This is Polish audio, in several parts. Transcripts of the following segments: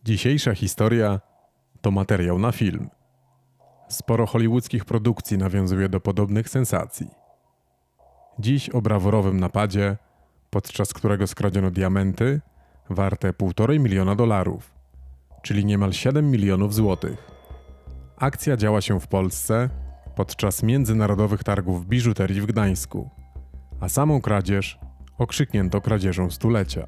Dzisiejsza historia to materiał na film. Sporo hollywoodzkich produkcji nawiązuje do podobnych sensacji. Dziś o brawurowym napadzie, podczas którego skradziono diamenty warte $1,5 miliona, czyli niemal 7 milionów złotych. Akcja działa się w Polsce podczas międzynarodowych targów biżuterii w Gdańsku, a samą kradzież okrzyknięto kradzieżą stulecia.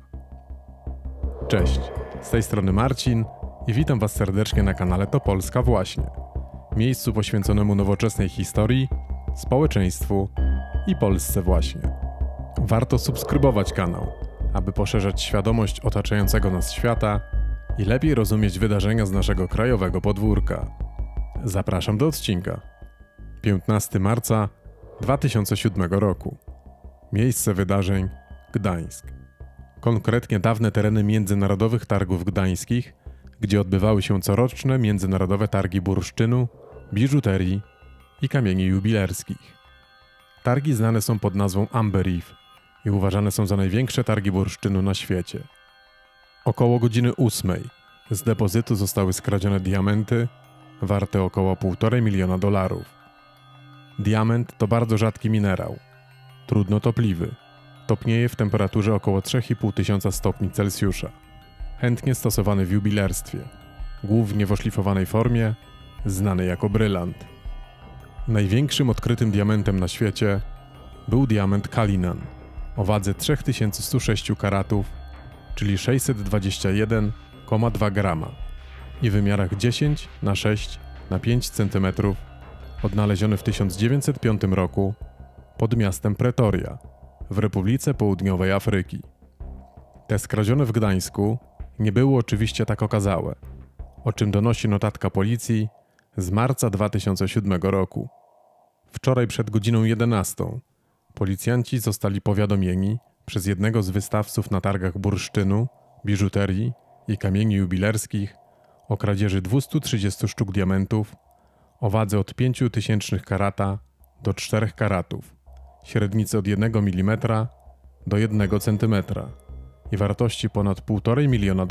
Cześć, z tej strony Marcin i witam Was serdecznie na kanale To Polska Właśnie, miejscu poświęconemu nowoczesnej historii, społeczeństwu i Polsce właśnie. Warto subskrybować kanał, aby poszerzać świadomość otaczającego nas świata i lepiej rozumieć wydarzenia z naszego krajowego podwórka. Zapraszam do odcinka. 15 marca 2007 roku. Miejsce wydarzeń Gdańsk. Konkretnie dawne tereny międzynarodowych targów gdańskich, gdzie odbywały się coroczne międzynarodowe targi bursztynu, biżuterii i kamieni jubilerskich. Targi znane są pod nazwą Amber Eve i uważane są za największe targi bursztynu na świecie. Około godziny 8 z depozytu zostały skradzione diamenty warte około $1,5 miliona. Diament to bardzo rzadki minerał, trudno topliwy. Topnieje w temperaturze około 3500 stopni Celsjusza. Chętnie stosowany w jubilerstwie, głównie w oszlifowanej formie, znany jako brylant. Największym odkrytym diamentem na świecie był diament Cullinan o wadze 3106 karatów, czyli 621,2 grama i wymiarach 10 na 6 na 5 cm, odnaleziony w 1905 roku pod miastem Pretoria w Republice Południowej Afryki. Te skradzione w Gdańsku nie były oczywiście tak okazałe, o czym donosi notatka policji z marca 2007 roku. Wczoraj przed godziną 11 policjanci zostali powiadomieni przez jednego z wystawców na targach bursztynu, biżuterii i kamieni jubilerskich o kradzieży 230 sztuk diamentów o wadze od 0,05 karata do 4 karatów, średnicy od 1 mm do 1 cm i wartości ponad $1,5 miliona.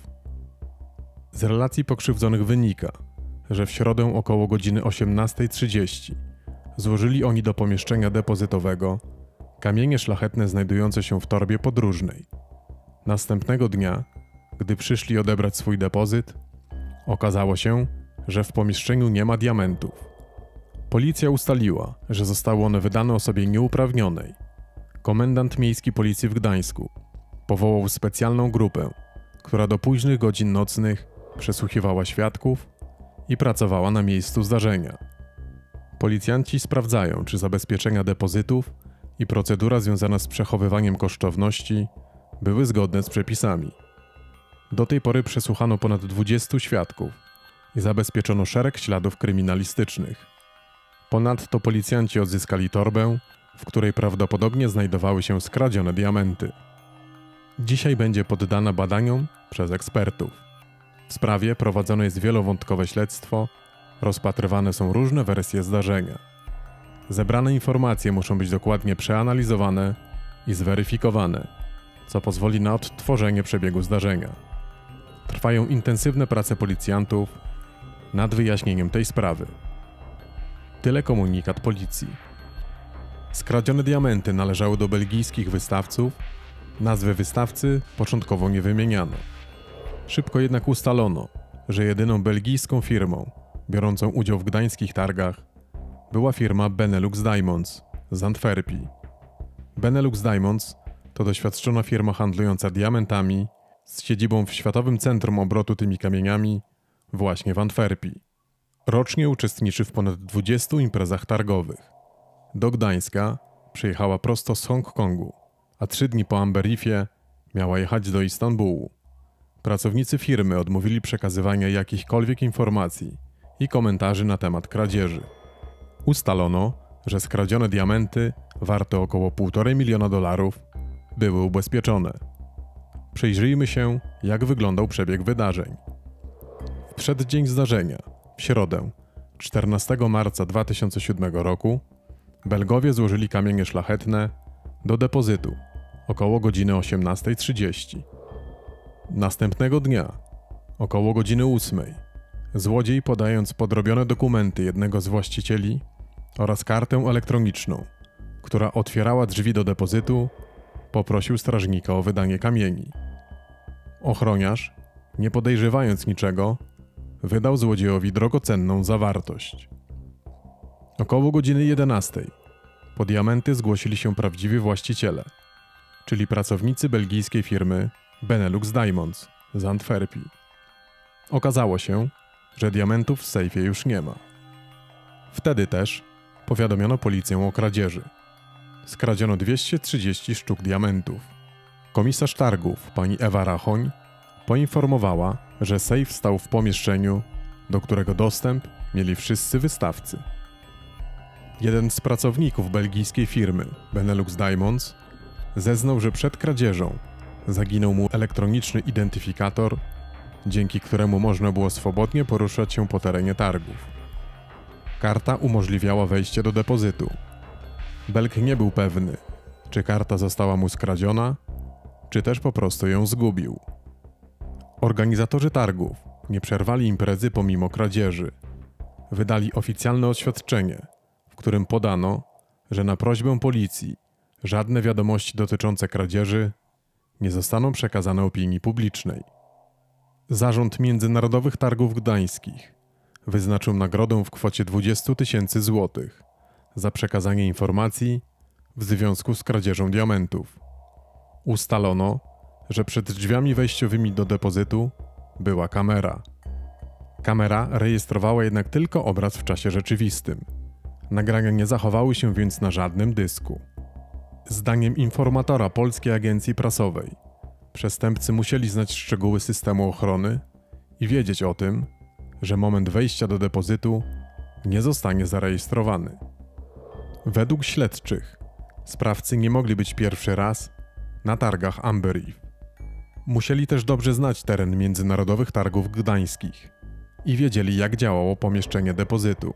Z relacji pokrzywdzonych wynika, że w środę około godziny 18:30 złożyli oni do pomieszczenia depozytowego kamienie szlachetne znajdujące się w torbie podróżnej. Następnego dnia, gdy przyszli odebrać swój depozyt, okazało się, że w pomieszczeniu nie ma diamentów. Policja ustaliła, że zostały one wydane osobie nieuprawnionej. Komendant miejski policji w Gdańsku powołał specjalną grupę, która do późnych godzin nocnych przesłuchiwała świadków i pracowała na miejscu zdarzenia. Policjanci sprawdzają, czy zabezpieczenia depozytów i procedura związana z przechowywaniem kosztowności były zgodne z przepisami. Do tej pory przesłuchano ponad 20 świadków i zabezpieczono szereg śladów kryminalistycznych. Ponadto policjanci odzyskali torbę, w której prawdopodobnie znajdowały się skradzione diamenty. Dzisiaj będzie poddana badaniom przez ekspertów. W sprawie prowadzone jest wielowątkowe śledztwo, rozpatrywane są różne wersje zdarzenia. Zebrane informacje muszą być dokładnie przeanalizowane i zweryfikowane, co pozwoli na odtworzenie przebiegu zdarzenia. Trwają intensywne prace policjantów nad wyjaśnieniem tej sprawy. Tyle komunikat policji. Skradzione diamenty należały do belgijskich wystawców, nazwy wystawcy początkowo nie wymieniano. Szybko jednak ustalono, że jedyną belgijską firmą biorącą udział w gdańskich targach była firma Benelux Diamonds z Antwerpii. Benelux Diamonds to doświadczona firma handlująca diamentami z siedzibą w Światowym Centrum Obrotu tymi kamieniami właśnie w Antwerpii. Rocznie uczestniczy w ponad 20 imprezach targowych. Do Gdańska przyjechała prosto z Hongkongu, a 3 dni po Amber Eve'ie miała jechać do Istambułu. Pracownicy firmy odmówili przekazywania jakichkolwiek informacji i komentarzy na temat kradzieży. Ustalono, że skradzione diamenty warte około $1,5 miliona były ubezpieczone. Przyjrzyjmy się, jak wyglądał przebieg wydarzeń. W przeddzień zdarzenia, w środę, 14 marca 2007 roku, Belgowie złożyli kamienie szlachetne do depozytu około godziny 18:30. Następnego dnia, Około godziny 8 złodziej, podając podrobione dokumenty jednego z właścicieli oraz kartę elektroniczną, która otwierała drzwi do depozytu, poprosił strażnika o wydanie kamieni. Ochroniarz, nie podejrzewając niczego, wydał złodziejowi drogocenną zawartość. Około godziny 11 po diamenty zgłosili się prawdziwi właściciele, czyli pracownicy belgijskiej firmy Benelux Diamonds z Antwerpii. Okazało się, że diamentów w sejfie już nie ma. Wtedy też powiadomiono policję o kradzieży. Skradziono 230 sztuk diamentów. Komisarz targów, pani Ewa Rachoń, poinformowała, że sejf stał w pomieszczeniu, do którego dostęp mieli wszyscy wystawcy. Jeden z pracowników belgijskiej firmy Benelux Diamonds zeznał, że przed kradzieżą zaginął mu elektroniczny identyfikator, dzięki któremu można było swobodnie poruszać się po terenie targów. Karta umożliwiała wejście do depozytu. Belg nie był pewny, czy karta została mu skradziona, czy też po prostu ją zgubił. Organizatorzy targów nie przerwali imprezy pomimo kradzieży. Wydali oficjalne oświadczenie, w którym podano, że na prośbę policji żadne wiadomości dotyczące kradzieży nie zostaną przekazane opinii publicznej. Zarząd Międzynarodowych Targów Gdańskich wyznaczył nagrodę w kwocie 20 000 złotych za przekazanie informacji w związku z kradzieżą diamentów. Ustalono, że przed drzwiami wejściowymi do depozytu była kamera. Kamera rejestrowała jednak tylko obraz w czasie rzeczywistym. Nagrania nie zachowały się więc na żadnym dysku. Zdaniem informatora Polskiej Agencji Prasowej, przestępcy musieli znać szczegóły systemu ochrony i wiedzieć o tym, że moment wejścia do depozytu nie zostanie zarejestrowany. Według śledczych, sprawcy nie mogli być pierwszy raz na targach Amber Eve. Musieli też dobrze znać teren Międzynarodowych Targów Gdańskich i wiedzieli, jak działało pomieszczenie depozytu.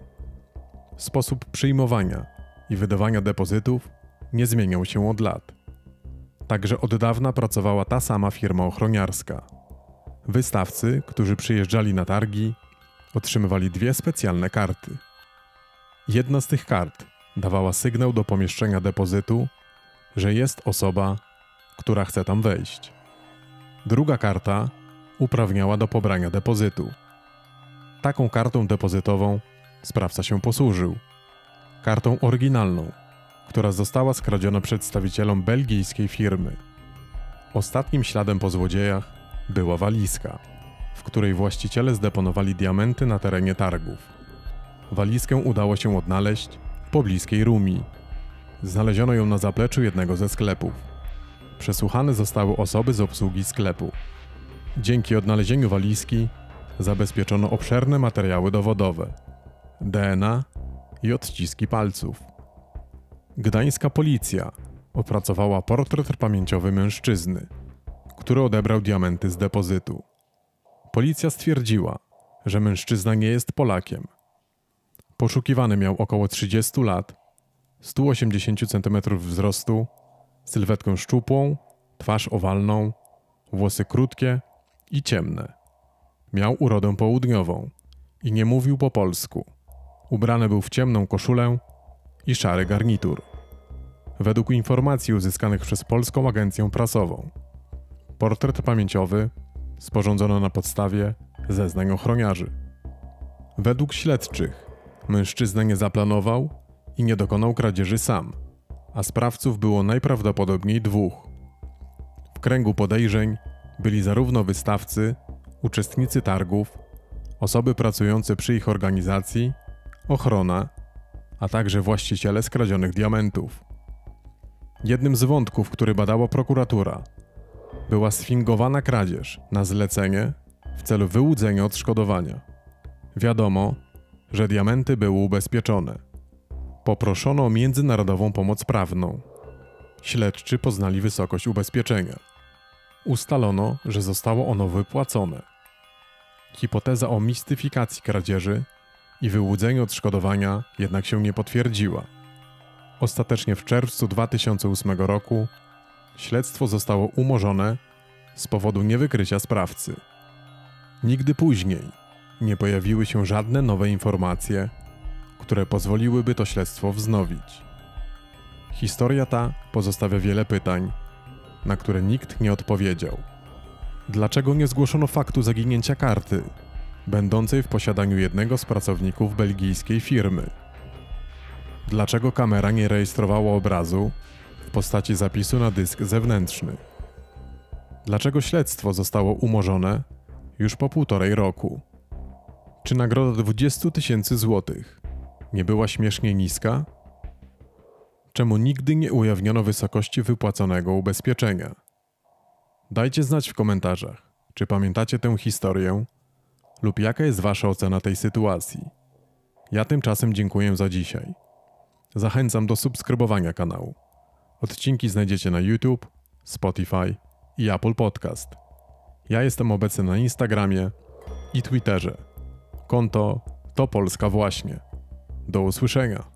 Sposób przyjmowania i wydawania depozytów nie zmieniał się od lat. Także od dawna pracowała ta sama firma ochroniarska. Wystawcy, którzy przyjeżdżali na targi, otrzymywali 2 specjalne karty. Jedna z tych kart dawała sygnał do pomieszczenia depozytu, że jest osoba, która chce tam wejść. Druga karta uprawniała do pobrania depozytu. Taką kartą depozytową sprawca się posłużył. Kartą oryginalną, która została skradziona przedstawicielom belgijskiej firmy. Ostatnim śladem po złodziejach była walizka, w której właściciele zdeponowali diamenty na terenie targów. Walizkę udało się odnaleźć w pobliskiej Rumii. Znaleziono ją na zapleczu jednego ze sklepów. Przesłuchane zostały osoby z obsługi sklepu. Dzięki odnalezieniu walizki zabezpieczono obszerne materiały dowodowe, DNA i odciski palców. Gdańska policja opracowała portret pamięciowy mężczyzny, który odebrał diamenty z depozytu. Policja stwierdziła, że mężczyzna nie jest Polakiem. Poszukiwany miał około 30 lat, 180 cm wzrostu, sylwetkę szczupłą, twarz owalną, włosy krótkie i ciemne. Miał urodę południową i nie mówił po polsku. Ubrany był w ciemną koszulę i szary garnitur. Według informacji uzyskanych przez Polską Agencję Prasową, portret pamięciowy sporządzono na podstawie zeznań ochroniarzy. Według śledczych mężczyzna nie zaplanował i nie dokonał kradzieży sam, a sprawców było najprawdopodobniej 2. W kręgu podejrzeń byli zarówno wystawcy, uczestnicy targów, osoby pracujące przy ich organizacji, ochrona, a także właściciele skradzionych diamentów. Jednym z wątków, który badała prokuratura, była sfingowana kradzież na zlecenie w celu wyłudzenia odszkodowania. Wiadomo, że diamenty były ubezpieczone. Poproszono o międzynarodową pomoc prawną. Śledczy poznali wysokość ubezpieczenia. Ustalono, że zostało ono wypłacone. Hipoteza o mistyfikacji kradzieży i wyłudzeniu odszkodowania jednak się nie potwierdziła. Ostatecznie w czerwcu 2008 roku śledztwo zostało umorzone z powodu niewykrycia sprawcy. Nigdy później nie pojawiły się żadne nowe informacje, które pozwoliłyby to śledztwo wznowić. Historia ta pozostawia wiele pytań, na które nikt nie odpowiedział. Dlaczego nie zgłoszono faktu zaginięcia karty, będącej w posiadaniu jednego z pracowników belgijskiej firmy? Dlaczego kamera nie rejestrowała obrazu w postaci zapisu na dysk zewnętrzny? Dlaczego śledztwo zostało umorzone już po 1,5 roku? Czy nagroda 20 000 złotych nie była śmiesznie niska? Czemu nigdy nie ujawniono wysokości wypłaconego ubezpieczenia? Dajcie znać w komentarzach, czy pamiętacie tę historię lub jaka jest wasza ocena tej sytuacji. Ja tymczasem dziękuję za dzisiaj. Zachęcam do subskrybowania kanału. Odcinki znajdziecie na YouTube, Spotify i Apple Podcast. Ja jestem obecny na Instagramie i Twitterze. Konto to Polska Właśnie. Do usłyszenia.